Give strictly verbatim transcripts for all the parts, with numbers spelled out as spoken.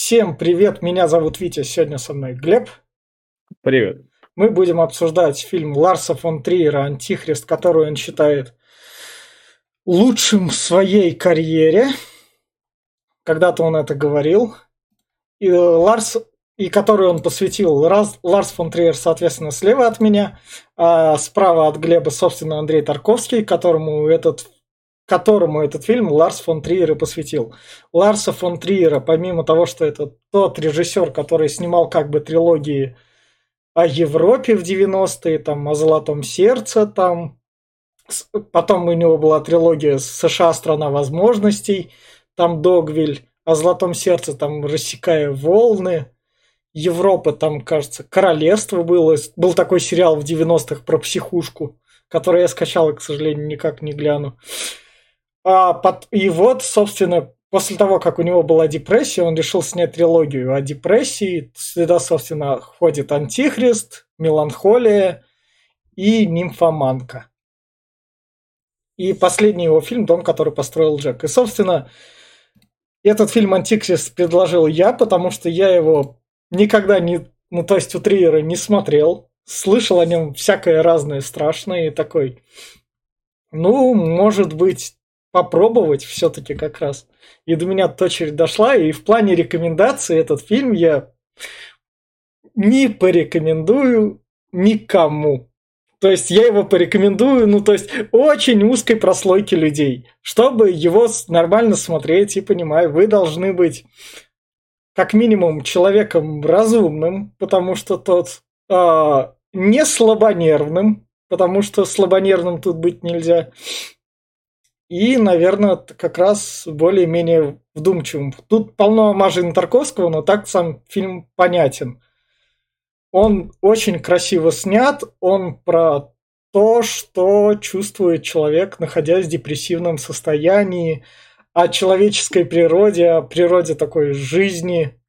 Всем привет, меня зовут Витя, сегодня со мной Глеб. Привет. Мы будем обсуждать фильм Ларса фон Триера «Антихрист», который он считает лучшим в своей карьере. Когда-то он это говорил. И Ларс, и который он посвятил Раз, Ларс фон Триер, соответственно, слева от меня, а справа от Глеба, собственно, Андрей Тарковский, которому этот которому этот фильм Ларс фон Триер и посвятил. Ларса фон Триера, помимо того, что это тот режиссер, который снимал как бы трилогии о Европе в девяностые, там, о Золотом сердце, там, потом у него была трилогия США «Страна возможностей», там Догвиль, о Золотом сердце, там, «Рассекая волны», Европа, там, кажется, «Королевство» было, был такой сериал в девяностых про психушку, который я скачал и, к сожалению, никак не гляну. А, под, и вот, собственно, после того, как у него была депрессия, он решил снять трилогию о депрессии. Сюда, собственно, входит «Антихрист», «Меланхолия» и «Нимфоманка». И последний его фильм «Дом, который построил Джек». И, собственно, этот фильм «Антихрист» предложил я, потому что я его никогда не, ну, то есть у Триера не смотрел. Слышал о нем всякое разное страшное и такой, ну, может быть, попробовать все-таки как раз. И до меня очередь дошла, и в плане рекомендаций этот фильм я не порекомендую никому. То есть я его порекомендую, ну, то есть очень узкой прослойке людей. Чтобы его нормально смотреть, и понимаю, вы должны быть как минимум человеком разумным, потому что тот э, не слабонервным, потому что слабонервным тут быть нельзя. И, наверное, как раз более-менее вдумчивым. Тут полно омажей на Тарковского, но так сам фильм понятен. Он очень красиво снят, он про то, что чувствует человек, находясь в депрессивном состоянии, о человеческой природе, о природе такой жизни,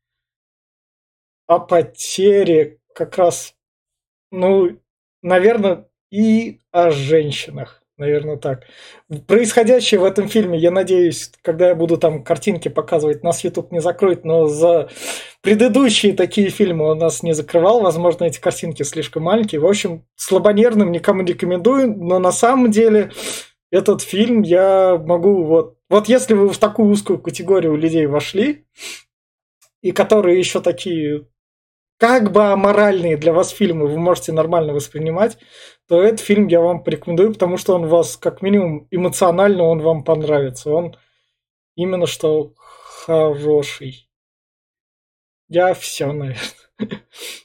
о потере, как раз, ну, наверное, и о женщинах. Наверное, так. Происходящее в этом фильме, я надеюсь, когда я буду там картинки показывать, нас YouTube не закроет, но за предыдущие такие фильмы он нас не закрывал. Возможно, эти картинки слишком маленькие. В общем, слабонервным никому не рекомендую, но на самом деле этот фильм я могу... Вот, вот если вы в такую узкую категорию людей вошли, и которые еще такие... как бы аморальные для вас фильмы вы можете нормально воспринимать, то этот фильм я вам порекомендую, потому что он вас, как минимум, эмоционально он вам понравится. Он именно что хороший. Я все, наверное.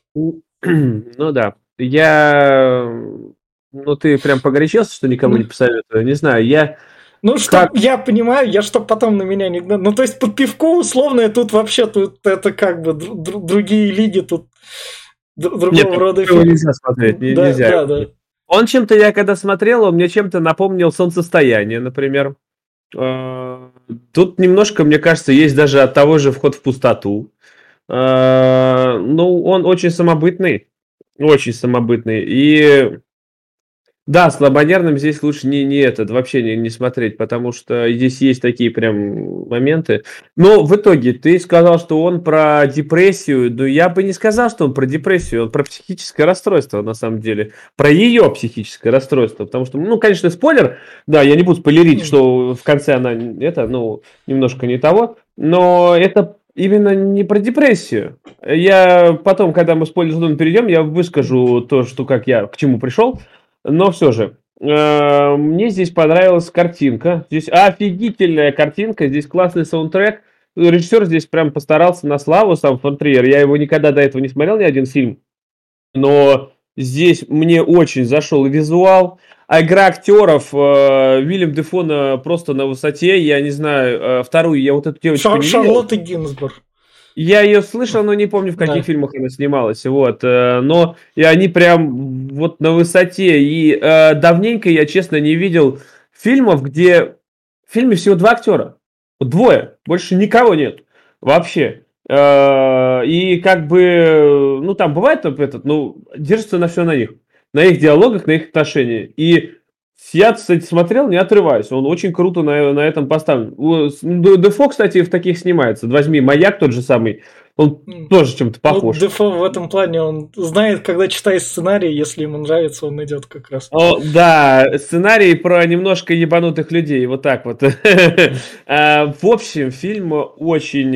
Ну да. Я... Ну ты прям погорячился, что никому не посоветую. Не знаю, я... Ну, что как... я понимаю, я чтоб потом на меня не... Ну, то есть под пивко условно, тут вообще тут это как бы др- другие лиги, тут другого Нет, рода фильм. Нельзя смотреть, не, да, нельзя. Да, да. Он чем-то, я когда смотрел, он мне чем-то напомнил «Солнцестояние», например. Тут немножко, мне кажется, есть даже от того же «Вход в пустоту». Ну, он очень самобытный, очень самобытный. И да, слабонервным здесь лучше не, не этот, вообще не, не смотреть, потому что здесь есть такие прям моменты. Но в итоге ты сказал, что он про депрессию. Но я бы не сказал, что он про депрессию, он про психическое расстройство на самом деле. Про ее психическое расстройство. Потому что, ну, конечно, спойлер. Да, я не буду спойлерить, что в конце она, это, ну, немножко не того. Но это именно не про депрессию. Я потом, когда мы спойлер-зону перейдем, я выскажу то, что как я к чему пришел. Но все же, э, мне здесь понравилась картинка. Здесь офигительная картинка, здесь классный саундтрек. Режиссер здесь прям постарался на славу, сам фон Триер. Я его никогда до этого не смотрел, ни один фильм. Но здесь мне очень зашел визуал. А игра актеров, э, Вильям Дефо просто на высоте. Я не знаю, э, вторую, я вот эту девочку Шар- не видел. Шарлотта Гинзбург. Я ее слышал, но не помню, в каких да. фильмах она снималась. Вот. Но и они прям вот на высоте. И э, давненько я, честно, не видел фильмов, где в фильме всего два актера. Вот двое. Больше никого нет. Вообще. Э, и как бы, ну там бывает этот, ну, держится на все на них. На их диалогах, на их отношениях. И я, кстати, смотрел, не отрываюсь. Он очень круто на, на этом поставлен. Дефо, кстати, в таких снимается. Возьми «Маяк» тот же самый. Он М. тоже чем-то Ну, похож. Дефо в этом плане, он знает, когда читает сценарий, если ему нравится, он идет как раз. О, да, сценарий про немножко ебанутых людей, вот так вот. А, В общем, фильм очень...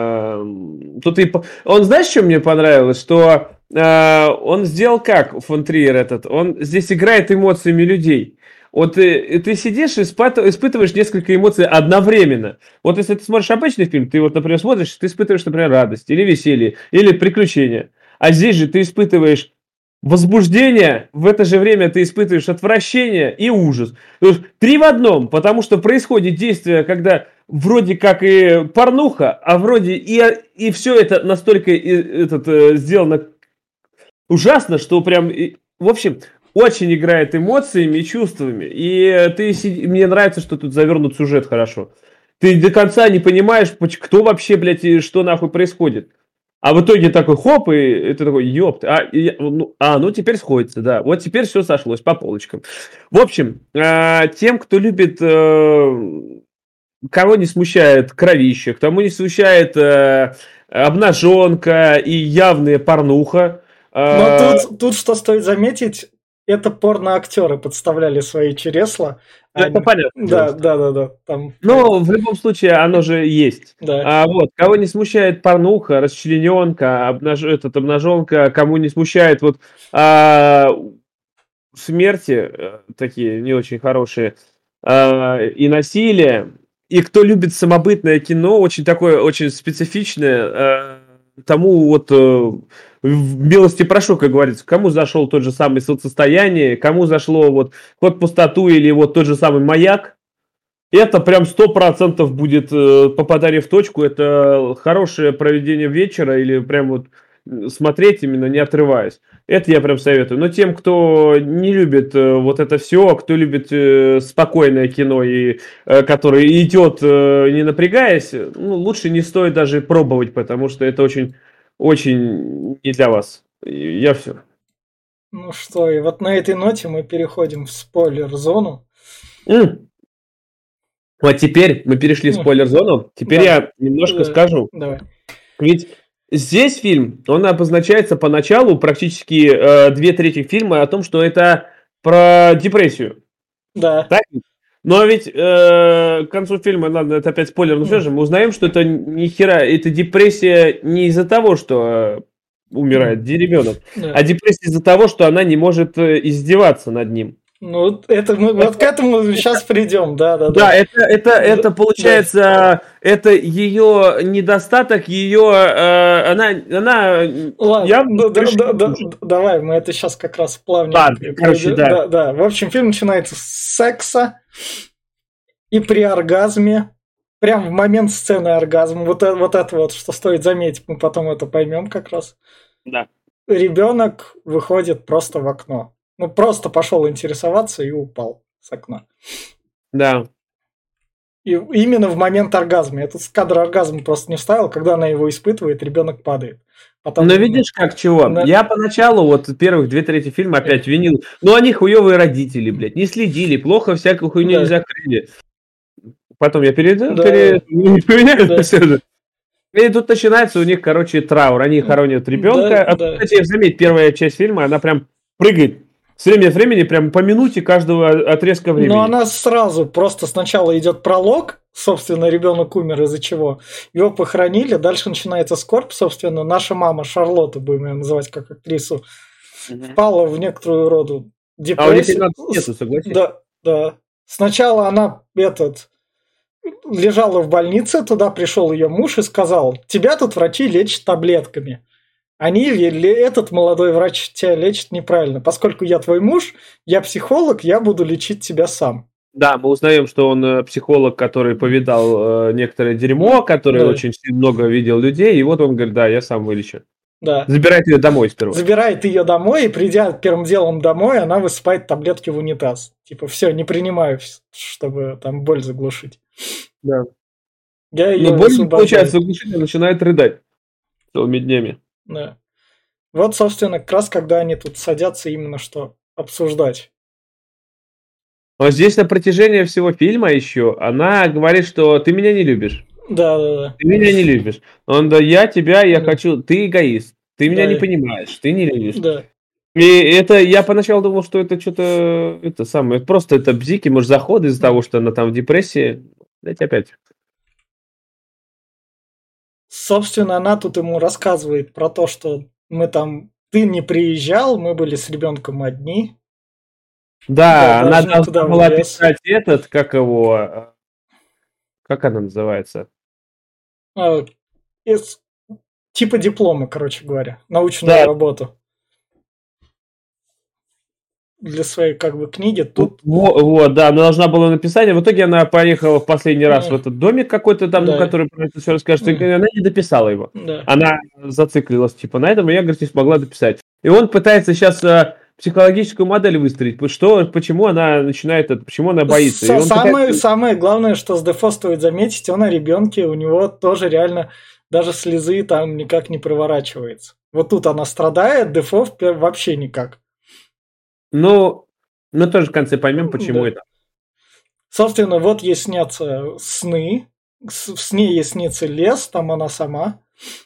э, Тут и... по- Он, знаешь, что мне понравилось? Что э, он сделал как, фон Триер этот? Он здесь играет эмоциями людей. Вот э, и ты сидишь и испыт- испытываешь несколько эмоций одновременно. Вот если ты смотришь обычный фильм, ты вот, например, смотришь, ты испытываешь, например, радость, или веселье, или приключения. А здесь же ты испытываешь возбуждение, в это же время ты испытываешь отвращение и ужас. То есть три в одном, потому что происходит действие, когда вроде как и порнуха, а вроде и, и все это настолько и, этот, э, сделано ужасно, что прям, и- в общем, очень играет эмоциями и чувствами. И э, ты сиди- мне нравится, что тут завернут сюжет хорошо. Ты до конца не понимаешь, поч- кто вообще, блядь, и что нахуй происходит. А в итоге такой хоп, и ты такой, ёпт, а, и я- ну, а, ну теперь сходится, да. Вот теперь все сошлось по полочкам. В общем, э, тем, кто любит, э, кого не смущает кровище, кому не смущает э, обнаженка и явная порнуха, Но э, тут, тут что стоит заметить, это порно-актеры подставляли свои чересла. ну, это Они- понятное дело. Да, да, да, да. Там, Но в любом случае оно же есть. да. А, вот, кого не смущает порнуха, расчлененка, обнаж... этот, обнаженка, кому не смущает вот а, смерти, э, такие не очень хорошие, а, и насилие, и кто любит самобытное кино, очень такое, очень специфичное, э, тому вот э, в милости прошу, как говорится, кому зашел тот же самый «Солнцестояние», кому зашло вот «Ход в пустоту» или вот тот же самый «Маяк», это прям сто процентов будет э, попадание в точку. Это хорошее проведение вечера или прям вот м, смотреть именно не отрываясь. Это я прям советую. Но тем, кто не любит э, вот это все, кто любит э, спокойное кино и э, который идет э, не напрягаясь, ну, лучше не стоит даже пробовать, потому что это очень, очень не для вас. И я все. Ну что, и вот на этой ноте мы переходим в спойлер-зону. Вот теперь мы перешли в М, спойлер-зону. Теперь Да, я немножко да, скажу. давай. Ведь здесь фильм, он обозначается поначалу, практически э, две трети фильма о том, что это про депрессию. Да. Так? Но ведь э, к концу фильма, ладно, это опять спойлер, но все же, мы узнаем, что это ни хера, это депрессия не из-за того, что э, умирает ребенок, Да. а депрессия из-за того, что она не может э, издеваться над ним. Ну, это мы вот к этому сейчас придем, да, да, Да, да. это, это, это получается, это ее недостаток, ее, э, она, она Ладно, явно да, да, решила да, да, лучше. да, давай, мы это сейчас как раз плавненько Ладно, короче, пройдем. да. Да, да. В общем, фильм начинается с секса, и при оргазме, прям в момент сцены оргазма, вот, это- вот это вот, что стоит заметить, мы потом это поймем как раз. Да. Ребенок выходит просто в окно. Ну, просто пошел интересоваться и упал с окна. Да. И именно в момент оргазма. Я тут кадр оргазма просто не вставил, когда она его испытывает, ребенок падает. Потом, Но видишь, как чего? Да. Я поначалу, вот первых две трети фильма опять винил. Ну, они хуевые родители, блядь, не следили, плохо всякую хуйню Да. не закрыли. Потом я перейду, Да. пере... не поменяю Да. всё же. И тут начинается у них, короче, траур. Они хоронят ребенка. Да, А, да. кстати, заметь, первая часть фильма, она прям прыгает с времени от времени, прям по минуте каждого отрезка времени. Но она сразу, просто сначала идет пролог, собственно, ребенок умер из-за чего. Его похоронили, дальше начинается скорбь, собственно, наша мама, Шарлотта, будем ее называть как актрису, Мгм. впала в некоторую роду А у них депрессию. тринадцать нету, согласись? Да, да. Сначала она этот лежала в больнице, туда пришел ее муж и сказал: тебя тут врачи лечат таблетками. Они вели, этот молодой врач тебя лечит неправильно. Поскольку я твой муж, я психолог, я буду лечить тебя сам. Да, мы узнаем, что он э, психолог, который повидал э, некоторое дерьмо, который Да. очень сильно много видел людей, и вот он говорит, да, я сам вылечу. Да. Забирает ее домой сперва. Забирает ее домой, и придя первым делом домой, она высыпает таблетки в унитаз. Типа, все, не принимаю, чтобы там боль заглушить. Да. Я ее Но боль не высвобождаю. получается заглушить, она начинает рыдать целыми днями. Да. Вот, собственно, как раз когда они тут садятся именно что обсуждать. Но здесь на протяжении всего фильма еще она говорит, что ты меня не любишь. Да, да, да. Ты меня не любишь. Он, да, я тебя, я Да. хочу, ты эгоист, ты меня не Да. понимаешь, ты не любишь. Да. И это, я поначалу думал, что это что-то, это самое, просто это бзики, может, заходы из-за Да. того, что она там в депрессии. Дайте опять. Собственно, она тут ему рассказывает про то, что мы там, ты не приезжал, мы были с ребенком одни. Да, Да, она должны должна туда в была лес. писать этот, как его, а, как она называется? А, из- типа диплома, короче говоря, научную Да, работу для своей как бы книги. Тут во- вот, да, она должна была написать, а в итоге она поехала в последний раз в э, этот домик какой-то там, ну, да, который про это все расскажет, и м, она не дописала его. да. Она зациклилась, типа, на этом, и я, говорит, не смогла дописать. И он пытается сейчас психологическую модель выстроить, по- что, почему она начинает это, почему она боится. И Са- он Самое, пытается... самое главное, что с Дефо стоит заметить, он о ребенке, у него тоже реально даже слезы там никак не проворачивается. Вот тут она страдает, Дефо впе- вообще никак. Ну, мы тоже в конце поймем, почему Да. это. Собственно, вот ей снятся сны. С- В сне ей снится лес, там она сама.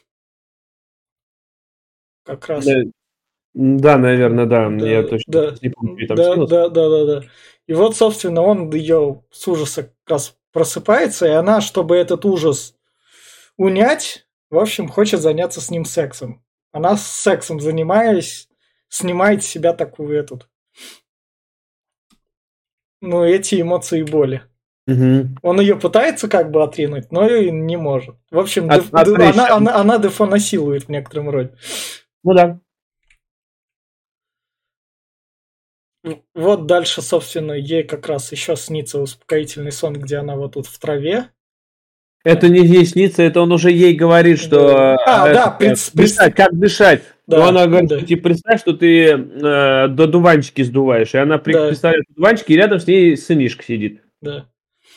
Как раз. Да, да, наверное, да. Я Да, точно да, не помню, что ей там да, снилось. да, да, да, да. И вот, собственно, он ее с ужаса как раз просыпается, и она, чтобы этот ужас унять, в общем, хочет заняться с ним сексом. Она с сексом занимаясь, снимает с себя такую этот, ну, эти эмоции боли. Мгм. Он ее пытается как бы отринуть, но и не может. В общем, От- деф- д- отвлечь. она, она, она Дефо насилует в некотором роде. Ну да. В- Вот дальше, собственно, ей как раз еще снится успокоительный сон, где она вот тут в траве. Это не ей снится, это он уже ей говорит, что Да. А, э, да, это, пред- дышать, пред- как дышать. И Да, она говорит, да. что, типа, представь, что ты э, до дуванчики сдуваешь. И она при- Да. представляет дуванчики, и рядом с ней сынишка сидит. Да.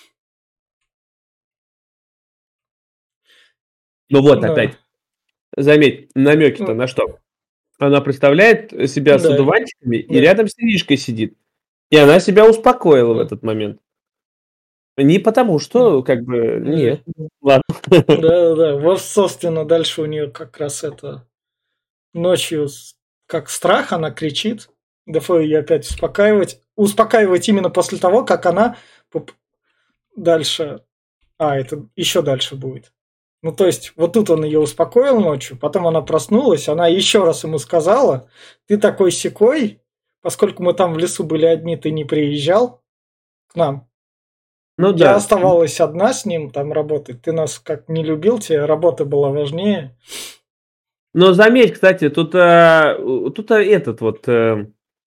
Ну вот, Ну, опять. Заметь, намеки-то на что? Она представляет себя с да, одуванчиками, и да. рядом сынишка сидит. И она себя успокоила в Да. этот момент. Не потому что, как бы, Да. нет. Ладно. Да, да, да. Вот, собственно, дальше у нее как раз это ночью, с- как страх, она кричит. Дефо ее опять успокаивать. Успокаивать именно после того, как она поп- дальше. А, это еще дальше будет. Ну, то есть, вот тут он ее успокоил ночью, потом она проснулась, она еще раз ему сказала, ты такой секой, поскольку мы там в лесу были одни, ты не приезжал к нам. Ну Я да. оставалась одна с ним там работать. Ты нас как не любил, тебе работа была важнее. Но заметь, кстати, тут, а, у- тут а, этот вот э,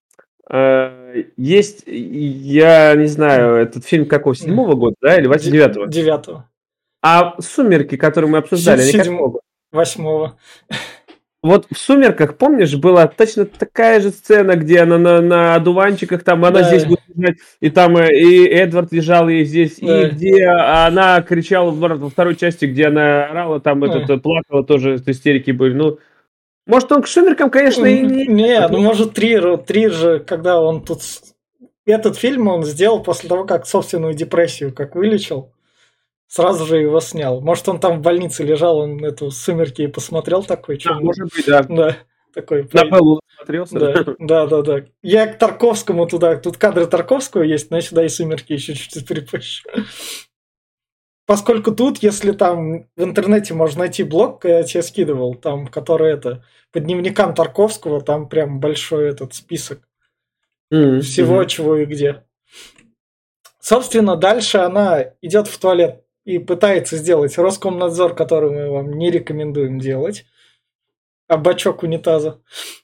а, есть, я не знаю, этот фильм какого, седьмого года, да, или восемь- Де- девятого? Девятого. А «Сумерки», которые мы обсуждали, они Седьм- какого? Восьмого. Вот в «Сумерках», помнишь, была точно такая же сцена, где она на, на одуванчиках, там она Да. здесь будет лежать, и там э, и Эдвард лежал ей здесь, Да. и где она кричала во во второй части, где она орала, там Да. этот, э, плакала, тоже истерики были. Ну, может, он к «Сумеркам», конечно, и не... Не, ну может Трир, Трир же, когда он тут... с- Этот фильм он сделал после того, как собственную депрессию как вылечил. Сразу же его снял. Может, он там в больнице лежал, он эту «Сумерки» и посмотрел такой, Да, что... может быть, да. Да, такой... На пойд- Беллу смотрелся. Да, да, да, да. Я к Тарковскому туда, тут кадры Тарковского есть, но я сюда и «Сумерки» еще чуть-чуть припущу. Поскольку тут, если там в интернете можно найти блог, я тебе скидывал, там, который это, по дневникам Тарковского, там прям большой этот список Мгм, всего, мгм. чего и где. Собственно, дальше она идет в туалет и пытается сделать Роскомнадзор, который мы вам не рекомендуем делать, а бачок унитаза.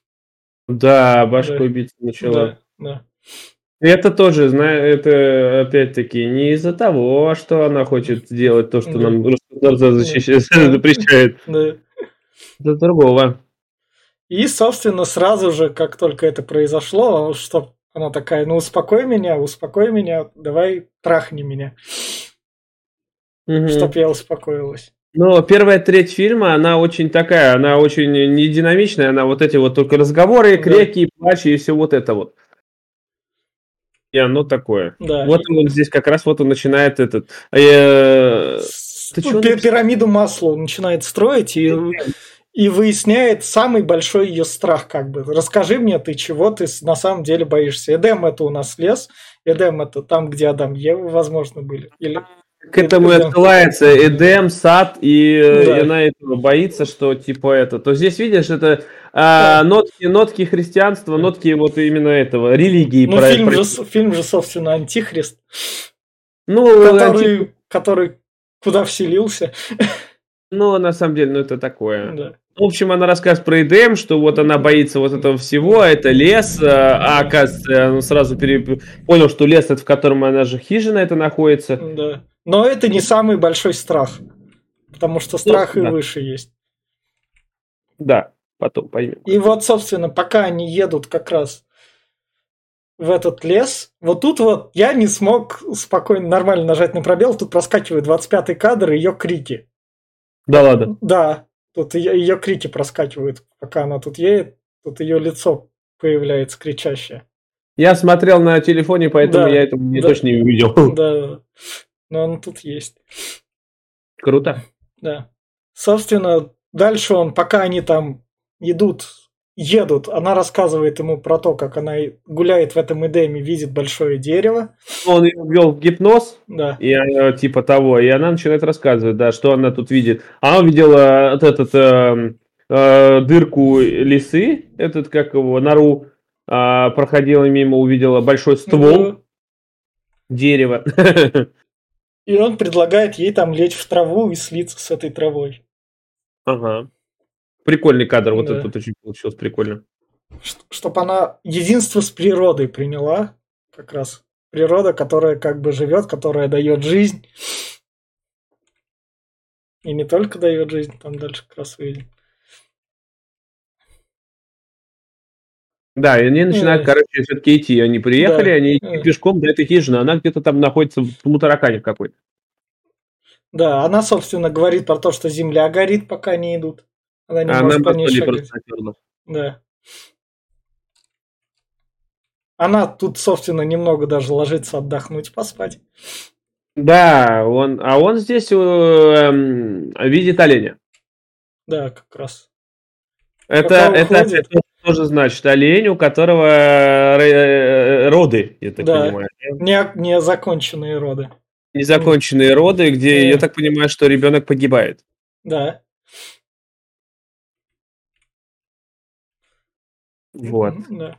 Да, башкой Да. биться начала. Да, да. Это тоже, знаю, это опять-таки не из-за того, что она хочет сделать то, что Да. нам Роскомнадзор Да. защищает, Да. запрещает. Да. Это другого. И, собственно, сразу же, как только это произошло, что она такая, ну успокой меня, успокой меня, давай трахни меня, Мгм. чтоб я успокоилась. Но первая треть фильма, она очень такая, она очень не динамичная, она вот эти вот только разговоры, Да. крики, плач и все вот это вот. И оно такое. Да. Вот он здесь как раз вот он начинает этот... э, Ты Ну, чё пи- написал? пирамиду Маслоу начинает строить и, и выясняет самый большой ее страх, как бы. Расскажи мне, ты чего ты с- на самом деле боишься? Эдем это у нас лес, Эдем это там, где Адам и Ева, возможно, были. Или К этому и Эдем. отсылается Эдем, сад, и, э, и Да. она этого боится, что типа это. То здесь, видишь, это Да. а, нотки, нотки христианства, Да. нотки вот именно этого, религии. Ну, про- фильм про- же, с- фильм же, собственно, Антихрист, Ну, антик- который, который куда вселился. ну, на самом деле, ну это такое. Да. В общем, она рассказывает про Эдем, что вот она боится вот этого всего, это лес, а, а оказывается, он сразу пере- понял, что лес, это в котором она же хижина это находится. Да. Но это не самый большой страх, потому что страх и да. выше есть. Да, потом поймем. И вот, собственно, пока они едут как раз в этот лес, вот тут вот я не смог спокойно, нормально нажать на пробел, тут проскакивает двадцать пятый кадр и ее крики. Да ладно. Да, тут ее, ее крики проскакивают, пока она тут едет, тут ее лицо появляется кричащее. Я смотрел на телефоне, поэтому Да, я этого не да. точно не увидел. Да, но он тут есть. Круто. Да. Собственно, дальше он, пока они там идут, едут, она рассказывает ему про то, как она гуляет в этом Эдеме, видит большое дерево. Он ее ввел в гипноз, Да. и э, типа того, и она начинает рассказывать, да, что она тут видит. Она увидела вот этот э, э, дырку лисы, этот, как его, нору, э, проходила мимо, увидела большой ствол Да. дерева. И он предлагает ей там лечь в траву и слиться с этой травой. Ага. Прикольный кадр, вот Да. этот очень получился прикольно. Чтобы она единство с природой приняла, как раз природа, которая как бы живет, которая дает жизнь. И не только дает жизнь, там дальше как раз увидим. Да, и они начинают, Э. короче, все-таки идти. Они приехали, Да. они идти Э. пешком до этой хижины. Она где-то там находится в Мутаракане какой-то. Да, она, собственно, говорит про то, что земля горит, пока не идут. Она не А может нам по ней просто шагать. натерла. Да. Она тут, собственно, немного даже ложится отдохнуть, поспать. Да, он, а он здесь э, эм, видит оленя. Да, как раз. Это, Пока это уходит. опять тоже значит олень, у которого э, роды, я так Да. понимаю. Не, незаконченные роды. Незаконченные роды, где, Э. я так понимаю, что ребенок погибает. Да. Вот. Да.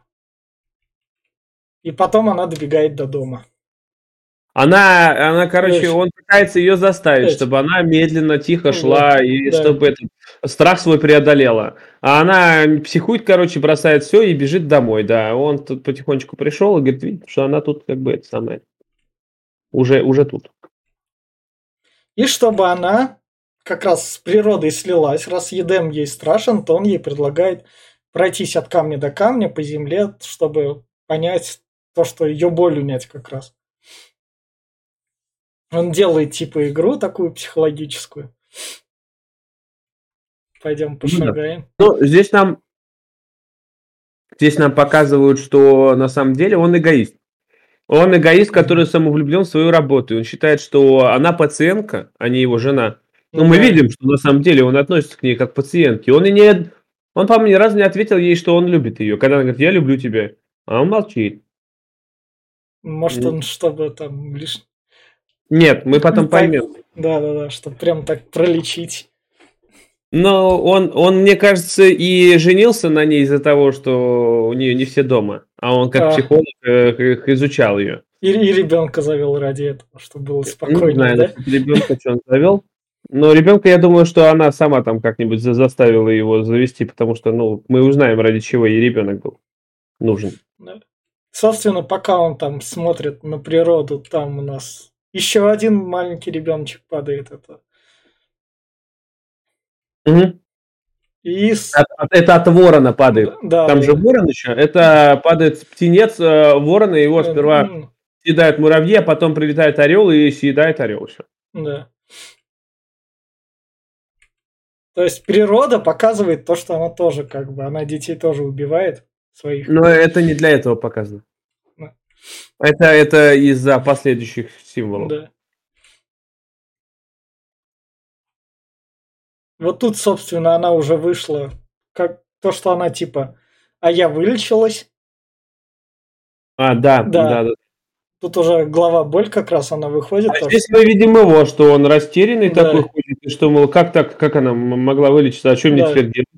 И потом она добегает до дома. Она, она, короче, Эш. он пытается ее заставить, Эш. чтобы она медленно, тихо Да, шла и да. чтобы этот страх свой преодолела. А она психует, короче, бросает все и бежит домой, да. Он тут потихонечку пришел и говорит, видит, что она тут как бы это самое, уже, уже тут. И чтобы она как раз с природой слилась, раз Едем ей страшен, то он ей предлагает пройтись от камня до камня по земле, чтобы понять то, что ее боль унять как раз. Он делает типа игру такую психологическую. Пойдем пошагаем. Ну, здесь нам, здесь нам показывают, что на самом деле он эгоист. Он эгоист, который самовлюблен в свою работу. И он считает, что она пациентка, а не его жена. Но мы Да. видим, что на самом деле он относится к ней как к пациентке. Он и не, он, по-моему, ни разу не ответил ей, что он любит ее. Когда она говорит, я люблю тебя, а он молчит. Может, М. он чтобы там лишь... Нет, мы потом Так. поймем. Да-да-да, чтобы прям так пролечить. Но он, он, мне кажется, и женился на ней из-за того, что у нее не все дома. А он как А. психолог э, их изучал ее. И, и ребенка завел ради этого, чтобы было Ну, не спокойнее, знаю, да? насчет ребенка, что он завел. Но ребенка, я думаю, что она сама там как-нибудь за- заставила его завести, потому что, ну, мы узнаем, ради чего ей ребенок был нужен. Да. Собственно, пока он там смотрит на природу, там у нас еще один маленький ребеночек падает. Это. Мгм. И с- От- от- это от ворона падает. да, Там да, же да. ворон еще. Это падает птенец э, ворона, его Э, сперва м, съедают муравьи, а потом прилетает орел и съедает орел. Все. Да. То есть природа показывает то, что она тоже как бы, она детей тоже убивает своих. Но это не для этого показано. Да. Это, это из-за последующих символов. Да. Вот тут, собственно, она уже вышла. Как то, что она типа, а я вылечилась. А, да, Да. да, да. Тут уже глава боль как раз она выходит. А то, здесь что- мы видим его, что он растерянный Да. такой ходит, и что, мол, как так, как она м- могла вылечиться, а что мне Да. теперь делать?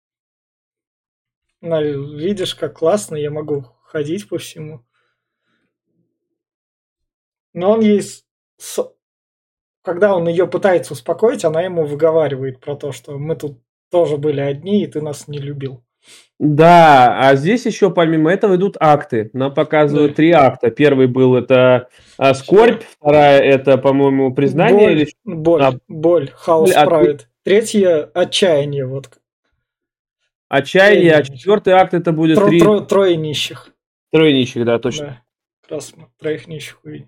она, видишь, как классно, я могу ходить по всему. Но он ей, с- с- когда он ее пытается успокоить, она ему выговаривает про то, что мы тут тоже были одни, и ты нас не любил. Да, а здесь еще помимо этого идут акты. Нам показывают Да. три акта. Первый был это а, скорбь, вторая это, по-моему, признание Боль, или что? боль, А, боль, хаос боль, а правит. Третье отчаяние, вот. отчаяние, а Отчаяние. четвертый акт это будет Тро- три тро- трое нищих. трое нищих, да, точно. Да, как раз мы троих нищих увидим.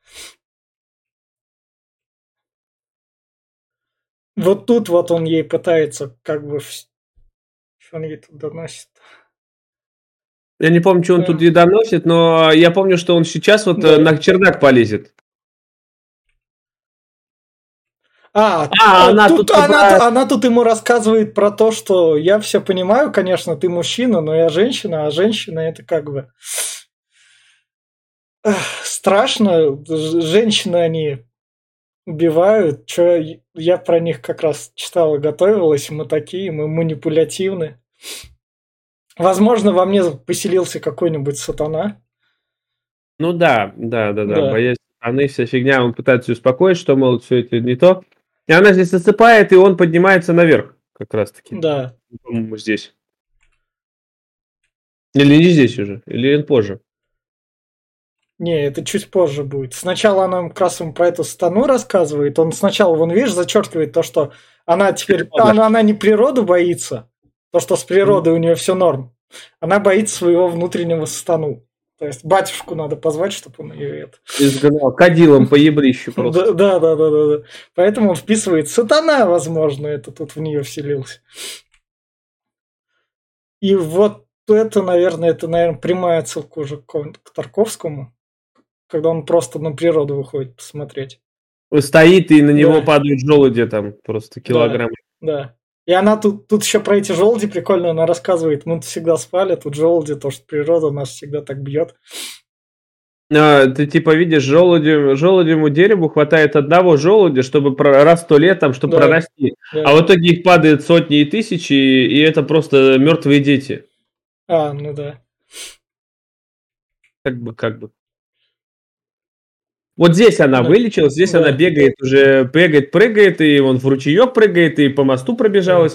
Вот тут вот он ей пытается как бы... вс- Что он ей тут доносит? Я не помню, что он Да. тут ей доносит, но я помню, что он сейчас вот Да. э, на чердак полезет. А, А, а, она тут, тут она, собралась. она тут ему рассказывает про то, что я все понимаю, конечно, ты мужчина, но я женщина, а женщина это как бы эх, страшно. Ж- Женщины они убивают. Чё, я про них как раз читала, готовилась. Мы такие, мы манипулятивны. Возможно, во мне поселился какой-нибудь сатана. Ну да, да, да, да, Да. боясь сатаны, вся фигня, он пытается ее успокоить, что, мол, все это не то. И она здесь засыпает, и он поднимается наверх, как раз таки, Да. по-моему, здесь. Или не здесь уже, или он позже. Не, это чуть позже будет. Сначала она как раз ему про эту сатану рассказывает. Он сначала, вон, видишь, зачеркивает то, что она теперь... Природа. Она, она не природу боится, то, что с природой у нее все норм. Она боится своего внутреннего сатану. То есть батюшку надо позвать, чтобы он ее это... Изгнал, кадилом по ебрищу Да, просто. да, да, да, да, да. Поэтому он вписывает сатана, возможно, это тут в нее вселился. И вот это, наверное, это, наверное, прямая отсылка уже к, к Тарковскому, когда он просто на природу выходит посмотреть. Стоит, и на него Да. падают желуди там просто килограммы. Да. И она тут, тут еще про эти желуди прикольно, она рассказывает, мы всегда спали, тут желуди, то, что природа нас всегда так бьет. А, ты типа видишь, желудю, желудевому дереву хватает одного желудя, чтобы про, раз в сто лет там, чтобы Да. прорасти. Да. А в итоге их падает сотни и тысячи, и это просто мертвые дети. А, ну да. Как бы, как бы. Вот здесь она Да. вылечилась, здесь Да. она бегает уже, бегает, прыгает, и он в ручеек прыгает, и по мосту пробежалась.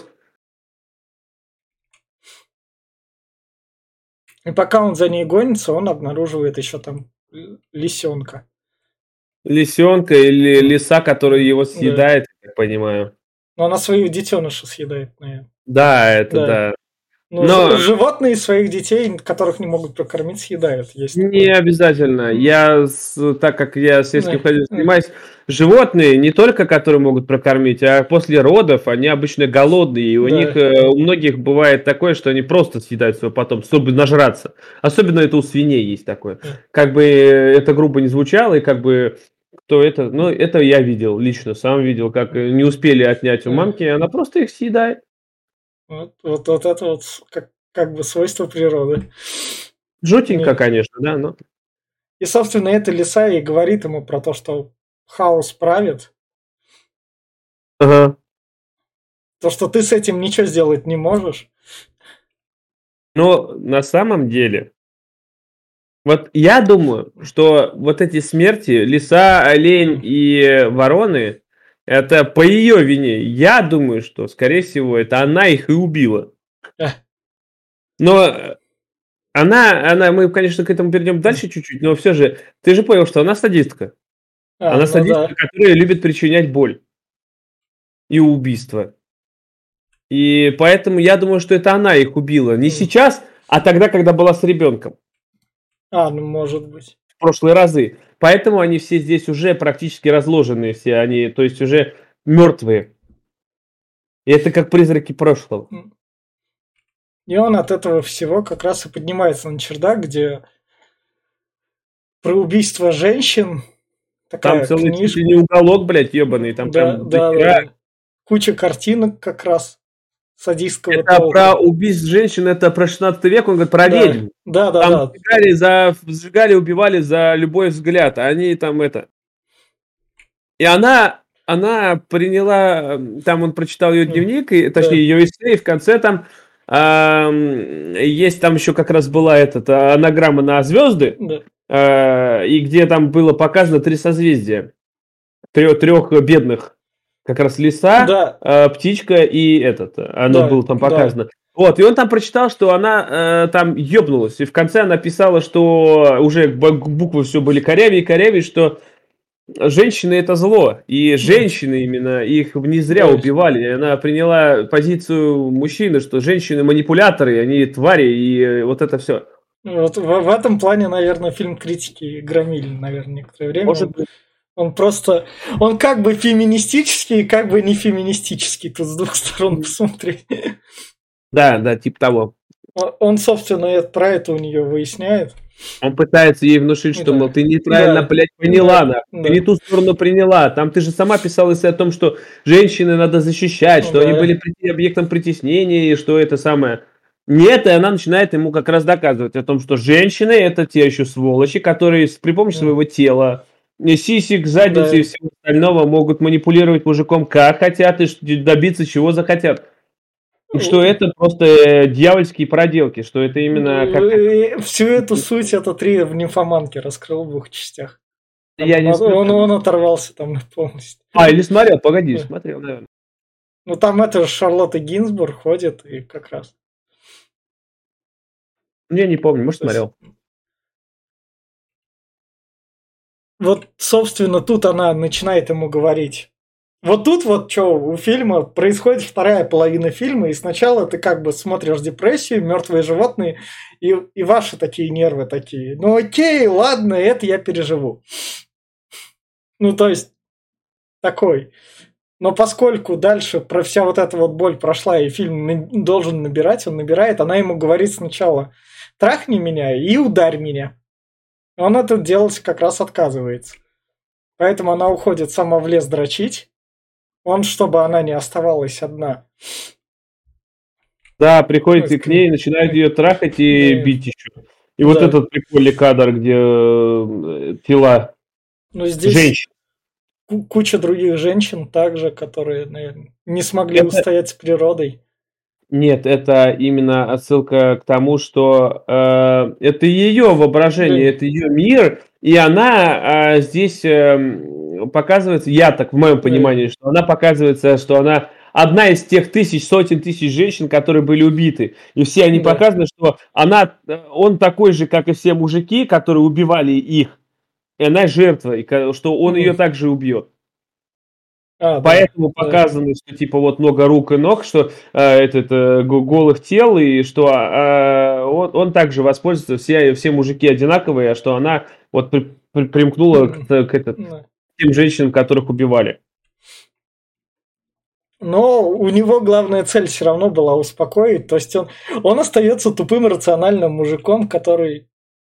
И пока он за ней гонится, он обнаруживает еще там л- лисенка. Лисенка или лиса, которая его Да. съедает, я так понимаю. Но она свою детеныша съедает, наверное. Да, это Да. да. Ну, Но- ж- животные своих детей, которых не могут прокормить, съедают. Есть Не такое. обязательно. Я, с- так как я сельским Да. хозяйством занимаюсь, животные не только которые могут прокормить, а после родов они обычно голодные, и у Да. них, э, у многих бывает такое, что они просто съедают свой потомство, чтобы нажраться. Особенно это у свиней есть такое. Да. Как бы это грубо не звучало, и как бы кто это, ну это я видел лично, сам видел, как э, не успели отнять у Да. мамки, она просто их съедает. Вот, вот, вот это вот как, как бы свойство природы. Жутенько, Нет. конечно, да, но И, собственно, эта лиса и говорит ему про то, что хаос правит, ага. то, что ты с этим ничего сделать не можешь. Но на самом деле, вот я думаю, что вот эти смерти, лиса, олень и вороны, это по ее вине. Я думаю, что, скорее всего, это она их и убила. Э. Но э, она, она, мы, конечно, к этому перейдем дальше чуть-чуть, но все же, ты же понял, что она садистка. А, Она ну садистка, да. которая любит причинять боль и убийство. И поэтому я думаю, что это она их убила. Не Мгм. сейчас, а тогда, когда была с ребенком. А, ну может быть. В прошлые разы. Поэтому они все здесь уже практически разложенные все. Они, то есть, уже мертвые. И это как призраки прошлого. И он от этого всего как раз и поднимается на чердак, где про убийство женщин Там такая целый чуть книжка. ли не уголок, блядь, ебаный. Там Да, прям да, дохера. да. куча картинок как раз садистского Это толка. про убийств женщин, это про шестнадцатый век, он говорит про Да. ведьм. Да, да, Там да. сжигали, за, сжигали, убивали за любой взгляд, а они там это... И она, она приняла, там он прочитал ее дневник, и, точнее, Да. ее эссе, и в конце там ам, есть, там еще как раз была эта анаграмма на звезды, Да. а, и где там было показано три созвездия, трех, трех бедных, как раз лиса, Да. а, птичка и этот, оно Да, было там да. показано. Вот, и он там прочитал, что она э, там ёбнулась, и в конце она писала, что уже б- буквы все были корявее и корявее, что женщины это зло, и женщины именно, их не зря Да. убивали. И она приняла позицию мужчины, что женщины манипуляторы, они твари, и вот это все. Вот в, в этом плане, наверное, фильм критики громили, наверное, некоторое время. Может Он, быть. он просто, он как бы феминистический, как бы не феминистический, тут с двух сторон посмотреть. Да, да, типа того. Он, собственно, про это у нее выясняет. Он пытается ей внушить, что, Да. мол, ты неправильно, Да. блядь, поняла, Да. нахуй, Да. ты не ту сторону приняла. Там ты же сама писала эссе о том, что женщины надо защищать, что Да. они были прити- объектом притеснения, и что это самое. Нет, и она начинает ему как раз доказывать о том, что женщины это те еще сволочи, которые с- при помощи Да. своего тела, э, сисек, задницы Да. и всего остального могут манипулировать мужиком как хотят и ш- добиться чего захотят. И что это просто э, дьявольские проделки, что это именно как... Э, Всю эту суть это три в нимфоманке раскрыл в двух частях. Там Я он, не он, смотрел. он оторвался там полностью. А, или смотрел, погоди, Да. смотрел, наверное. Ну там это Шарлотта Гинзбург ходит и как раз. Я не помню, может, То есть, смотрел. вот, собственно, тут она начинает ему говорить. Вот тут вот что у фильма происходит вторая половина фильма, и сначала ты как бы смотришь депрессию, мертвые животные, и, и ваши такие нервы такие. Ну окей, ладно, это я переживу. Ну то есть такой. Но поскольку дальше про вся вот эта вот боль прошла, и фильм на- должен набирать, он набирает, она ему говорит сначала: трахни меня и ударь меня. Он это делать как раз отказывается. Поэтому она уходит сама в лес дрочить. Он, чтобы она не оставалась одна. Да, приходит Ой, и к ней, начинает ее трахать и Да. бить еще. И вот Да. этот прикольный кадр, где э, тела Но здесь женщин. ку- куча других женщин также, которые, наверное, не смогли Это- устоять с природой. Нет, это именно отсылка к тому, что э, это ее воображение, Да. это ее мир, и она э, здесь э, показывается, я так в моем Да. понимании, что она показывается, что она одна из тех тысяч, сотен тысяч женщин, которые были убиты. И все они Да. показаны, что она, э, он такой же, как и все мужики, которые убивали их. И она жертва, и ка- что он Мгм. ее также убьет. А, да. Поэтому Да. показано, что типа вот много рук и ног, что э, этот э, го- голых тел, и что э, он, он также воспользуется, все, все мужики одинаковые, а что она вот при- при- примкнула к, к этот- Да. тем женщинам, которых убивали. Но у него главная цель все равно была успокоить. То есть он, он остается тупым рациональным мужиком, который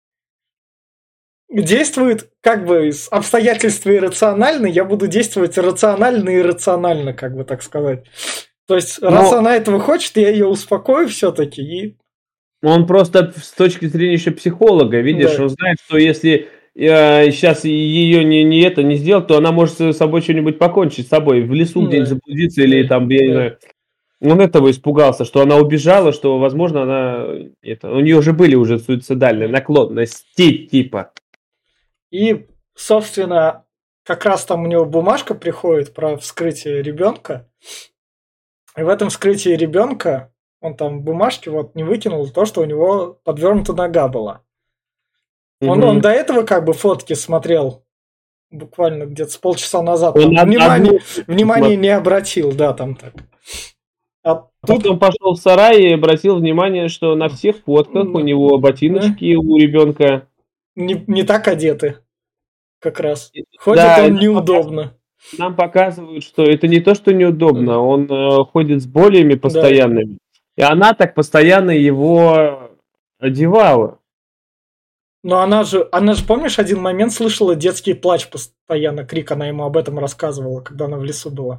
действует как бы с обстоятельства иррационально, я буду действовать рационально и иррационально, как бы так сказать. То есть, раз Но- она этого хочет, я ее успокою все-таки. И Он просто с точки зрения еще психолога, видишь, Да. он знает, что если э, сейчас ее не, не это не сделать, то она может с собой что-нибудь покончить с собой, в лесу Да. где-нибудь заблудиться или Да. там, я не Да. знаю. Он этого испугался, что она убежала, что, возможно, она это, у нее уже были уже суицидальные Да. наклонности типа. И, собственно, как раз там у него бумажка приходит про вскрытие ребенка. И в этом вскрытии ребенка он там бумажки вот не выкинул то, что у него подвернута нога была. Он, Мгм. он до этого как бы фотки смотрел буквально где-то с полчаса назад. Он Там од- внимание, одну- внимание не обратил, да, там так. А тут Потом пошел в сарай и обратил внимание, что на всех фотках у него ботиночки у ребенка. не, не так одеты, как раз. Ходит Да, и он нам неудобно. Нам показывают, что это не то, что неудобно, он э, ходит с болями постоянными. И она так постоянно его одевала. Но она же, она же, помнишь, один момент слышала детский плач постоянно, крик, она ему об этом рассказывала, когда она в лесу была.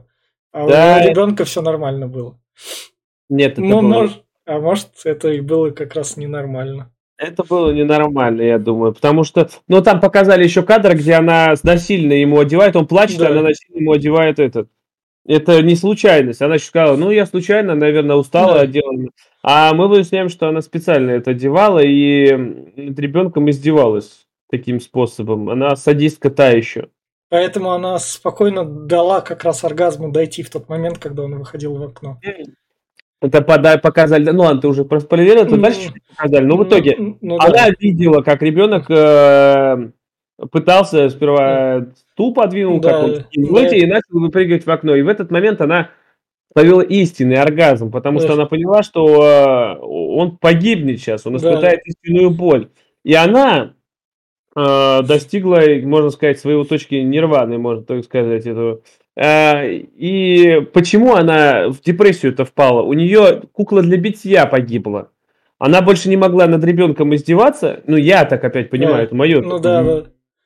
А Да, у ребенка все нормально было. Нет, это Ну, было... может, а может, это и было как раз ненормально. Это было ненормально, я думаю, потому что, ну, там показали еще кадр, где она насильно ему одевает, он плачет, Да. а она насильно ему одевает этот. Это не случайность. Она еще сказала, ну, я случайно, наверное, устала Да. одела. А мы выясняем, что она специально это одевала и над ребенком издевалась таким способом. Она садистка та еще. Поэтому она спокойно дала как раз оргазму дойти в тот момент, когда он выходил в окно. Это пода- показали, ну ладно, ты уже проспойлерил, это Ну, дальше чуть показали, но в Ну, итоге ну она да. видела, как ребенок э, пытался сперва стул подвинул, как он Да, скинул да. эти, и начал выпрыгивать в окно. И в этот момент она словила истинный оргазм, потому что Да. она поняла, что э, он погибнет сейчас, он Да. испытает истинную боль. И она э, достигла, можно сказать, своего точки нирваны, можно так сказать, этого. Э, И почему она в депрессию-то впала? У нее кукла для битья погибла. Она больше не могла над ребенком издеваться. Ну, я так опять понимаю, Да. это мое. Ну да, да.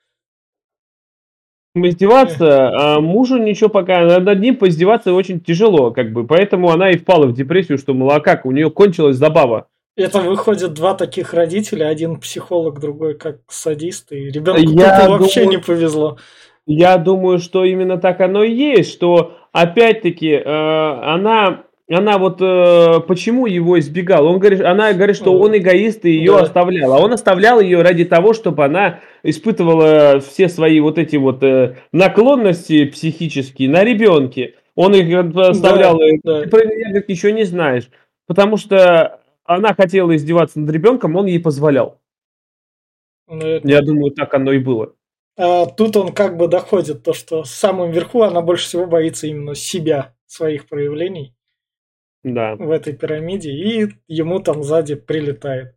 Э. Издеваться, а мужу ничего пока, над над ним поиздеваться очень тяжело, как бы. Поэтому она и впала в депрессию, что, мол, а как, у нее кончилась забава. Это выходит два таких родителя, один психолог, другой как садист, и ребенку Я тупо вообще думаю, не повезло. Я думаю, что именно так оно и есть, что опять-таки э, она, она вот э, почему его избегала? Он говорит, она говорит, что он эгоист и ее Да. оставлял, а он оставлял ее ради того, чтобы она испытывала все свои вот эти вот э, наклонности психические на ребенке. Он их оставлял, Да, э, да. ты про меня говорит, еще не знаешь, потому что она хотела издеваться над ребенком, он ей позволял. Ну, это- Я думаю, так оно и было. А тут он как бы доходит то, что в самом верху она больше всего боится именно себя, своих проявлений Да. в этой пирамиде, и ему там сзади прилетает.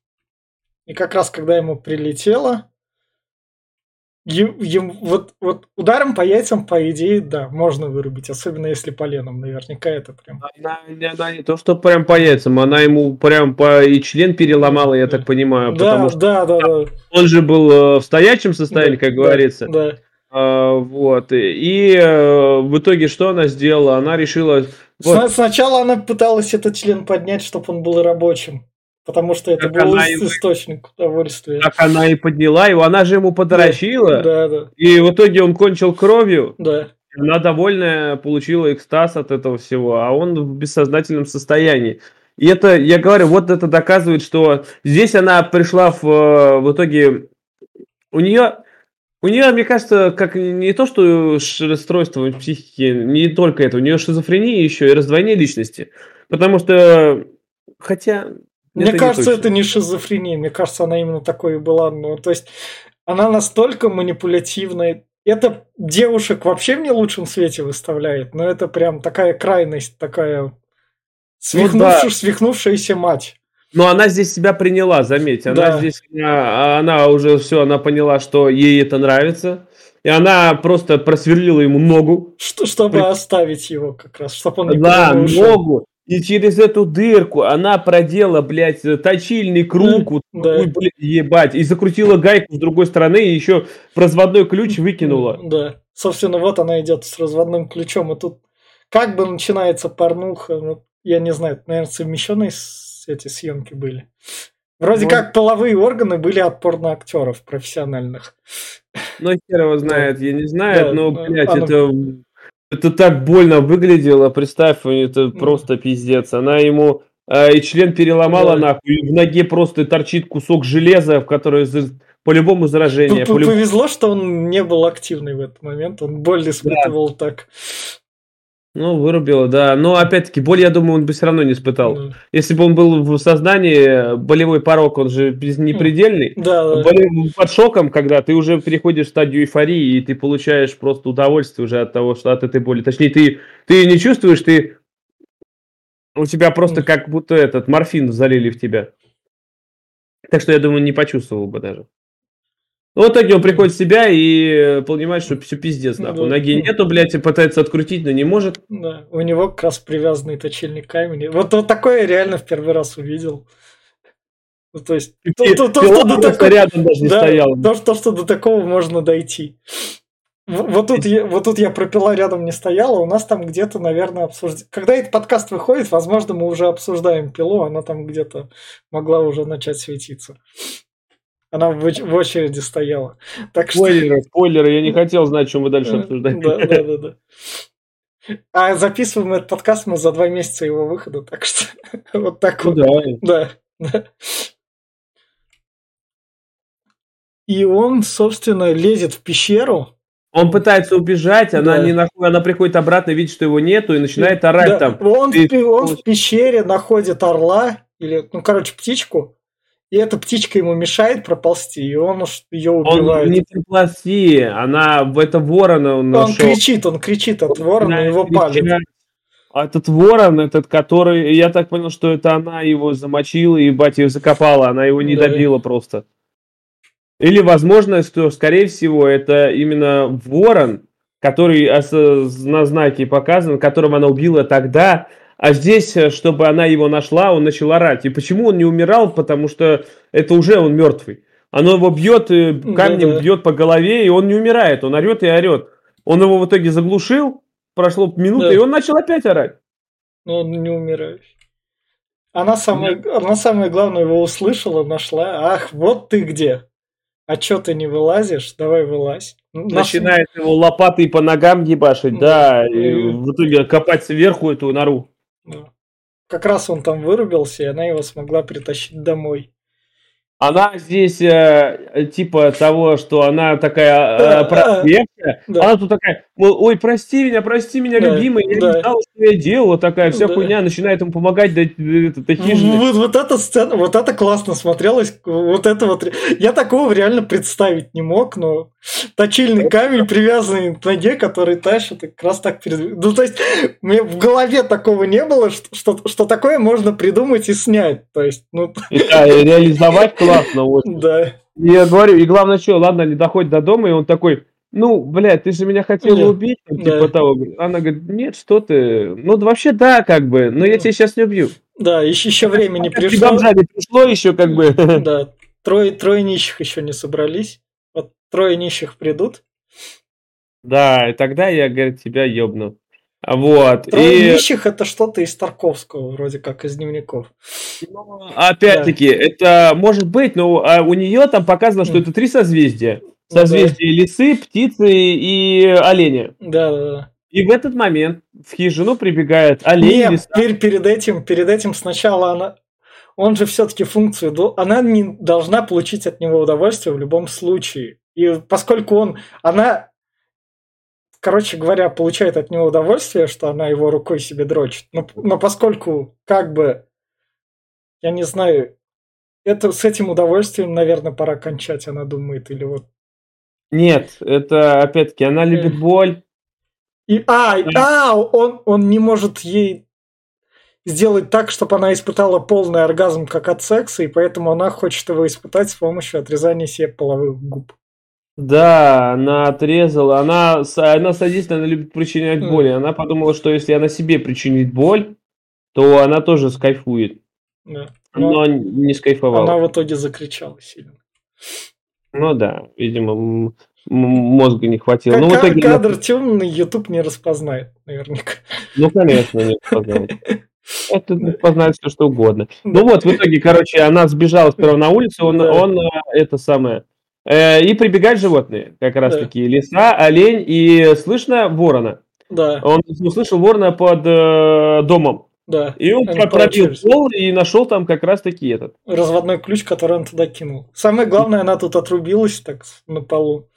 И как раз когда ему прилетело, е- ему, вот, вот ударом по яйцам, по идее, да, можно вырубить, особенно если поленом, наверняка это прям. Она, она не то, что прям по яйцам, она ему прям по и член переломала, я так понимаю, Да, потому что да, да, да. он же был э, в стоячем состоянии, Да, как да, говорится. да. А, вот. И, и, э, в итоге что она сделала? Она решила... Сна- Вот, Сначала она пыталась этот член поднять, чтобы он был рабочим, потому что это как был она, ис- его, источник удовольствия. как она и подняла его, она же ему Да, подрочила, да, да, и в итоге он кончил кровью. да. Она довольная, получила экстаз от этого всего, а он в бессознательном состоянии. И это, я говорю, вот это доказывает, что здесь она пришла в, э, в итоге, у нее, у нее, мне кажется, как не то, что ш- расстройство психики, не только это, у нее шизофрения еще и раздвоение личности. Потому что, хотя, Мне это не кажется, точно. это не шизофрения, мне кажется, она именно такой и была. Ну, то есть она настолько манипулятивная. Это девушек вообще в не лучшем свете выставляет, но это прям такая крайность, такая Ну свихнувшая, да, свихнувшаяся мать. но она здесь себя приняла, заметь. Она Да, здесь, она, она уже все, она поняла, что ей это нравится. И она просто просверлила ему ногу. что, чтобы При- оставить его как раз, чтобы он Да, никуда не ушел. ногу. И через эту дырку она продела, блядь, точильный Да, круг. Вот такой, да. блядь, ебать. И закрутила гайку с другой стороны, и еще разводной ключ выкинула. М, Да. Собственно, вот она идет с разводным ключом, и тут как бы начинается порнуха, ну, я не знаю, наверное, совмещенные с- эти съемки были. Вроде Может, как половые органы были от порноактеров профессиональных. ну, хер его Да, знает, я не знаю, да, но, э, блядь, она, это, это так больно выглядело, представь, это м, просто пиздец. Она ему э, и член переломала да. нахуй, и в ноге просто торчит кусок железа, в который за- по-любому П- заражение, п- по-любому. Повезло, что он не был активный в этот момент, он боль Да, испытывал так. ну, вырубила, да. Но опять-таки, боль, я думаю, он бы все равно не испытал. Ну, Если бы он был в сознании, болевой порог, он же без- м, непредельный. Да, да. Боле- Под шоком, когда ты уже переходишь в стадию эйфории, и ты получаешь просто удовольствие уже от того, что от этой боли. Точнее, ты, ты не чувствуешь, ты, у тебя просто М, как будто этот морфин залили в тебя. Так что я думаю, не почувствовал бы даже. Ну, в итоге он м, приходит в себя и э, понимает, что все пиздец, нахуй. Да. Ноги м. нету, блядь, и пытается открутить, но не может. Да, у него как раз привязанный точильный камень. Вот, вот такое я реально в первый раз увидел. Ну, то есть, то, И то, то, что пила до просто такого, рядом даже не да, стояла. то, то, что до такого можно дойти. Вот тут, я, вот тут я пропила, рядом не стояла, у нас там где-то, наверное, обсуждать. Когда этот подкаст выходит, возможно, мы уже обсуждаем пилу, она там где-то могла уже начать светиться. Она в, в очереди стояла. Так что... Спойлеры, спойлеры, я не хотел знать, что мы дальше обсуждаем. Да, да, да, да. А записываем этот подкаст мы за два месяца его выхода, так что вот так вот. Да, да. И он, собственно, лезет в пещеру. Он пытается убежать, она, да. не нах... она приходит обратно, видит, что его нету, и начинает орать да. там. Он, Ты... в, он в пещере находит орла, или, ну, короче, птичку, и эта птичка ему мешает проползти, и он ее убивает. Он не проползти, она, это ворона он Он нашел. кричит, он кричит от ворона, его палит. А этот ворон, этот, который, я так понял, что это она его замочила, и батя ее закопала, она его не да. добила просто. Или, возможно, что, скорее всего, это именно ворон, который на знаке показан, которого она убила тогда, а здесь, чтобы она его нашла, он начал орать. И почему он не умирал? Потому что это уже он мертвый. Оно его бьет, камнем да-да. бьет по голове, и он не умирает, он орет и орет. Он его в итоге заглушил, прошло минута, да. и он начал опять орать. Но он не умирает. Она самое, да. она самое главное его услышала, нашла. Ах, вот ты где. А чё ты не вылазишь? Давай вылазь. Начинает Нас... его лопатой по ногам ебашить, да, да и в итоге копать сверху эту нору. Да. Как раз он там вырубился, и она его смогла притащить домой. Она здесь э, типа того, что она такая э, проспекция, да. она тут такая, мол, ой, прости меня, прости меня, да. любимый, я да. не знала, что я делала, такая вся да. хуйня, начинает ему помогать до, до, до хижины. Вот, вот эта сцена, вот это классно смотрелось, вот это вот, я такого реально представить не мог, но точильный камень, привязанный к ноге, который тащит, как раз так перед... Ну, то есть, мне в голове такого не было, что, что, что такое можно придумать и снять, то есть, ну... Да, реализовать классно, вот. Да. И я говорю, и главное, что, ладно, они доходят до дома, и он такой, ну, блядь, ты же меня хотела нет. убить, ну, типа да. того. Она говорит, нет, что ты, ну, вообще да, как бы, но я тебя сейчас не убью. Да, еще, еще время не пришло. Не пришло еще, как бы. Да, трое, трое нищих еще не собрались, вот трое нищих придут. Да, и тогда я, говорит, тебя ёбну. Вот. Трое и... нищих это что-то из Тарковского, вроде как из дневников. Ну, опять-таки, да. это может быть, но а у нее там показано, что mm. это три созвездия. Созвездие ну, да. лисы, птицы и оленя. Да, да, да. И в этот момент в хижину прибегает олень. Нет, лиса. Перед, перед этим, перед этим сначала она. Он же все-таки функцию. Она не должна получить от него удовольствие в любом случае. И поскольку он. Она. Короче говоря, получает от него удовольствие, что она его рукой себе дрочит. Но, но поскольку, как бы, я не знаю, это с этим удовольствием, наверное, пора кончать, она думает, или вот. Нет, это, опять-таки, она любит боль. И, а, а он, он не может ей сделать так, чтобы она испытала полный оргазм, как от секса, и поэтому она хочет его испытать с помощью отрезания себе половых губ. Да, она отрезала, она, она садится, она любит причинять боль, и она подумала, что если она себе причинит боль, то она тоже скайфует, да. но, но не скайфовала. Она в итоге закричала сильно. Ну да, видимо, мозга не хватило. Как, ну, в итоге... Кадр темный, YouTube не распознает, наверняка. Ну, конечно, не распознает. Это распознает все, что угодно. Ну вот, в итоге, короче, она сбежала сперва на улицу, он, он это самое... И прибегают животные, как раз да. таки лиса, олень и слышно ворона. Да. Он услышал ворона под э, домом. Да. И он Они пробил пол и нашел там как раз таки этот. Разводной ключ, который он туда кинул. Самое главное, она тут отрубилась так на полу.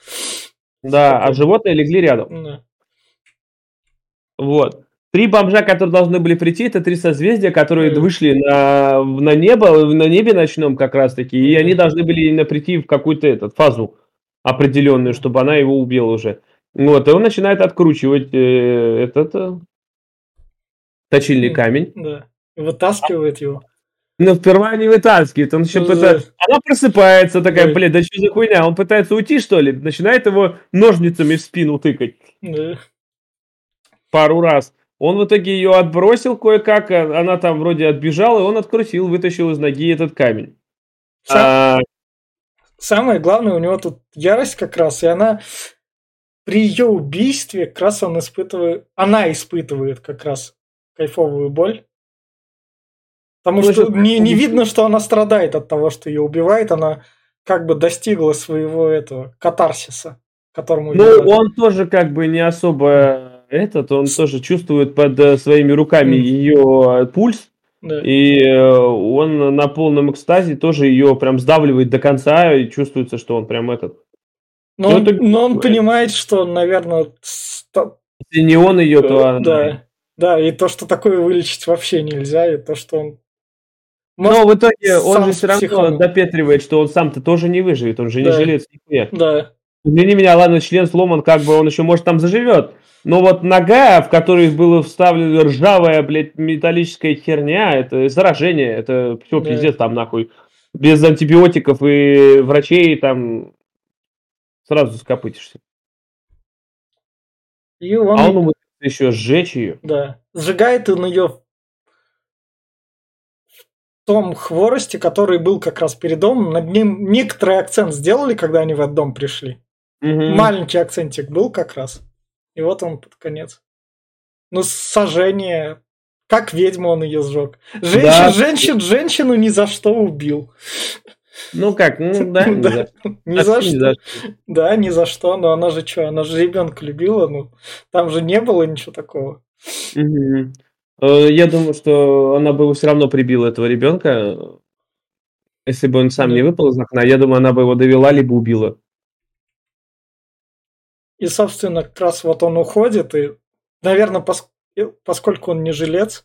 Да, а животные легли рядом. Да. Вот. Три бомжа, которые должны были прийти, это три созвездия, которые mm. вышли на, на небо, на небе ночном как раз-таки, mm. и они должны были именно прийти в какую-то этот, фазу определенную, чтобы она его убила уже. Вот, и он начинает откручивать э, этот э, точильный mm. камень. Да, вытаскивает его. Но сперва не вытаскивает, он еще mm. пытается... Она просыпается такая, mm. блядь, да что за хуйня? Он пытается уйти, что ли? Начинает его ножницами в спину тыкать. Mm. Пару раз. Он в итоге ее отбросил кое-как, она там вроде отбежала, и он открутил, вытащил из ноги этот камень. Сам... А... Самое главное, у него тут ярость как раз, и она при ее убийстве как раз он испытывает, она испытывает как раз кайфовую боль. Потому Ну, что это не, не видно, что она страдает от того, что ее убивает. Она как бы достигла своего этого катарсиса, к которому Ну, ведет. он тоже как бы не особо этот, он тоже чувствует под э, своими руками М. ее пульс, Да. и э, он на полном экстазе тоже ее прям сдавливает до конца, и чувствуется, что он прям этот. Но, Ну, он, это, но он понимает, что, наверное, ста- если не он ее, то э, она. да, да, и то, что такое вылечить вообще нельзя, и то, что он Но может в итоге он же сам все равно психанул. допетривает, что он сам-то тоже не выживет, он же не Да, жилец нихуя. да, Извини меня, ладно, член сломан, как бы он еще, может, там заживет. Но вот нога, в которой было вставлена ржавая, блядь, металлическая херня, это заражение, это все да. пиздец там нахуй. Без антибиотиков и врачей там сразу скопытишься. И он, А он и- умудрился еще сжечь ее. да, сжигает он ее в том хворосте, который был как раз перед домом. Над ним некоторый акцент сделали, когда они в этот дом пришли. Мгм. Маленький акцентик был как раз. И вот он под конец. Ну, сожжение. Как ведьму он ее сжег. Женщин, Да. женщин, женщину ни за что убил. Ну как, ну да, не Да, за что. ни за Почти ни за что. Да, ни за что. Но она же что, она же ребенка любила. Ну, там же не было ничего такого. Мгм. Э, Я думаю, что она бы все равно прибила этого ребенка, если бы он сам не Да. выпал из окна. Я думаю, она бы его довела, либо убила. И, собственно, как раз вот он уходит. И, наверное, пос- и поскольку он не жилец,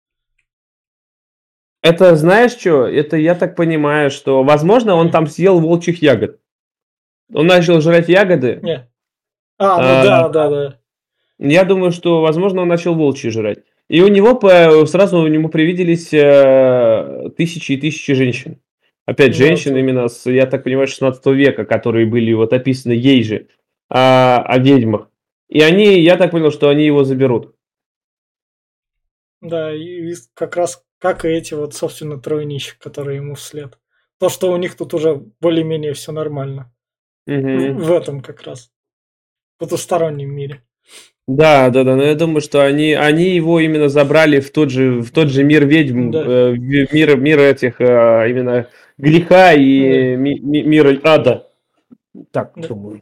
Это знаешь что? Это я так понимаю, что, возможно, он Мгм. там съел волчьих ягод. Он начал жрать ягоды. не. А, ну А, да, да, да. я думаю, что, возможно, он начал волчьи жрать. И у него по- сразу у него привиделись э, тысячи и тысячи женщин. Опять Ну, женщин это- именно с, я так понимаю, шестнадцатого века, которые были вот описаны ей же, а, о ведьмах. И они, я так понял, что они его заберут. Да, и и как раз как и эти вот, собственно, трое нищих, которые ему вслед. То, что у них тут уже более-менее все нормально. В, Мгм. в этом как раз. В потустороннем мире. Да, да, да, но я думаю, что они, они его именно забрали в тот же, в тот же мир ведьм, Да. э, ви- мир, мир этих э, именно греха и ми- ми- мира ада. Так, Да. думаю.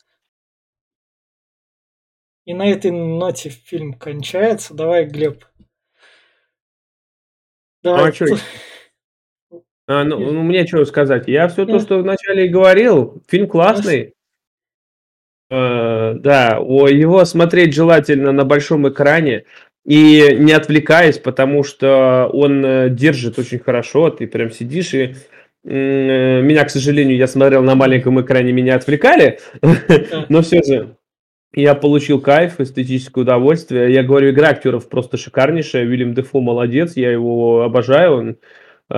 И на этой ноте фильм кончается. Давай, Глеб. Давай. А что? т- А, ну, ну, мне что сказать? Я все то, Э, что вначале и говорил. Фильм классный. Э, да, о, его смотреть желательно на большом экране и не отвлекаясь, потому что он э, держит очень хорошо. Ты прям сидишь и м, э, меня, к сожалению, я смотрел на маленьком экране, меня отвлекали, э, но все же я получил кайф, эстетическое удовольствие. Я говорю, игра актеров просто шикарнейшая. Уильям Дефо молодец, я его обожаю. Он, э,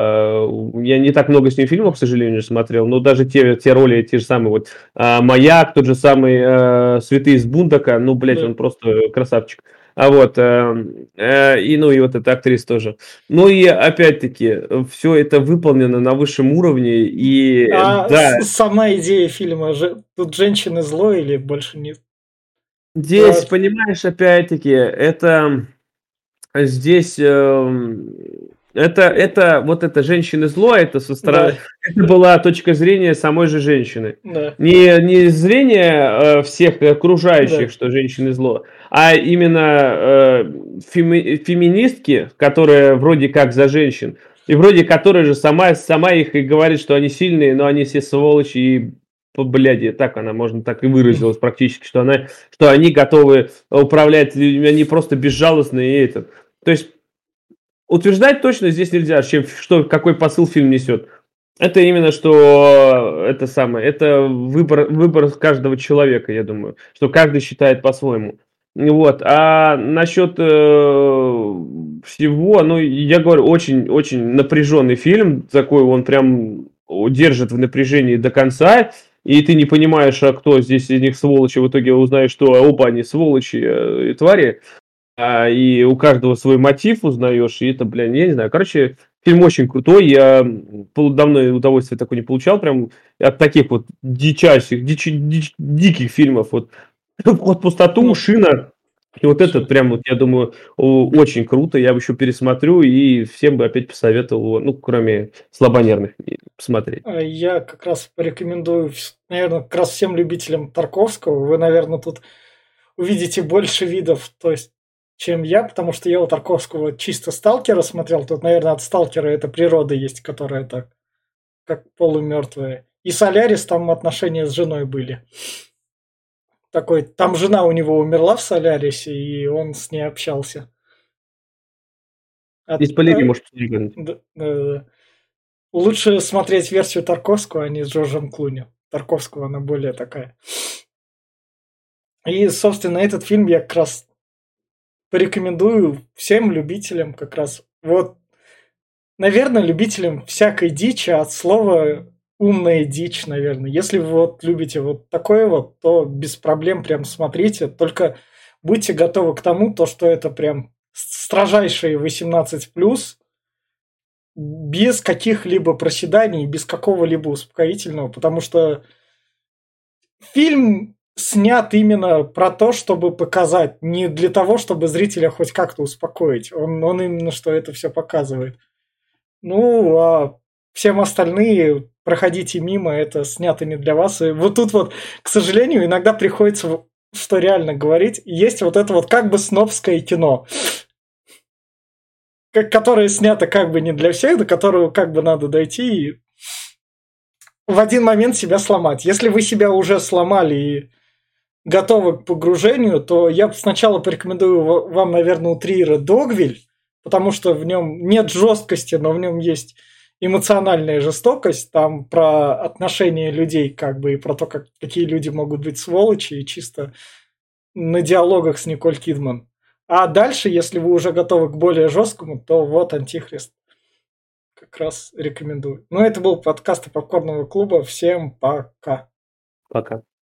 я не так много с ним фильмов, к сожалению, смотрел, но даже те, те роли, те же самые, вот э, «Маяк», тот же самый э, «Святые из Бундака», ну, блядь, Да. он просто красавчик. А вот, э, э, и, ну, и вот эта актриса тоже. Ну, и опять-таки, все это выполнено на высшем уровне, и А да, с- сама идея фильма, же- тут женщины зло или больше нет? здесь, Да, понимаешь, опять-таки, это здесь эм, это, это вот это женщины зло, это со стороны, да, это была точка зрения самой же женщины. да, Не, не зрение э, всех да. окружающих, что женщины зло, а именно э, феми- феминистки, которые вроде как за женщин, и вроде которая же сама, сама их и говорит, что они сильные, но они все сволочи и по бляди, так она, можно так и выразилась практически, что она, что они готовы управлять людьми, они просто безжалостные и это. То есть утверждать точно здесь нельзя, чем, что, какой посыл фильм несет. Это именно что это самое, это выбор, выбор каждого человека, я думаю, что каждый считает по-своему. Вот. А насчет э, всего, ну, я говорю, очень-очень напряженный фильм, такой он прям держит в напряжении до конца, и ты не понимаешь, а кто здесь из них сволочи, в итоге узнаешь, что оба они сволочи э, и твари. А, и у каждого свой мотив узнаешь, и это, блин, я не знаю. Короче, фильм очень крутой. Я м, пол- давно удовольствия такое не получал, прям от таких вот дичайших, дичи- дич- диких фильмов. Вот Вход в пустоту, Ну, Шина. И вот этот Шин. прям вот, я думаю, о, очень круто. Я бы еще пересмотрю и всем бы опять посоветовал его, ну, кроме слабонервных, и посмотреть. А Я как раз порекомендую, наверное, как раз всем любителям Тарковского. Вы, наверное, тут увидите больше видов, то есть, чем я, потому что я у Тарковского чисто «Сталкера» смотрел. Тут, наверное, от «Сталкера» это природа есть, которая так, как полумертвая. И «Солярис» там отношения с женой были. Такой, там жена у него умерла в «Солярисе», и он с ней общался. Не От, спойлери, э, может, что-нибудь. д- э, Лучше смотреть версию Тарковского, а не с Джорджем Клуни. Тарковского она более такая. И, собственно, этот фильм я как раз порекомендую всем любителям как раз. Вот, наверное, любителям всякой дичи от слова умная дичь, наверное. Если вы вот любите вот такое вот, то без проблем прям смотрите. Только будьте готовы к тому, то, что это прям строжайшие восемнадцать плюс, без каких-либо проседаний, без какого-либо успокоительного, потому что фильм снят именно про то, чтобы показать, не для того, чтобы зрителя хоть как-то успокоить. Он, он именно что это все показывает. Ну, а всем остальные проходите мимо, это снято не для вас. И вот тут вот, к сожалению, иногда приходится, что реально говорить, есть вот это вот как бы снобское кино, которое снято как бы не для всех, до которого как бы надо дойти и в один момент себя сломать. Если вы себя уже сломали и готовы к погружению, то я сначала порекомендую вам, наверное, у Триера «Догвиль», потому что в нем нет жесткости, но в нем есть эмоциональная жестокость, там про отношения людей, как бы, и про то, как, какие люди могут быть сволочи, и чисто на диалогах с Николь Кидман. А дальше, если вы уже готовы к более жесткому, то вот «Антихрист». Как раз рекомендую. Ну, это был подкаст Попкорного клуба. Всем пока. Пока.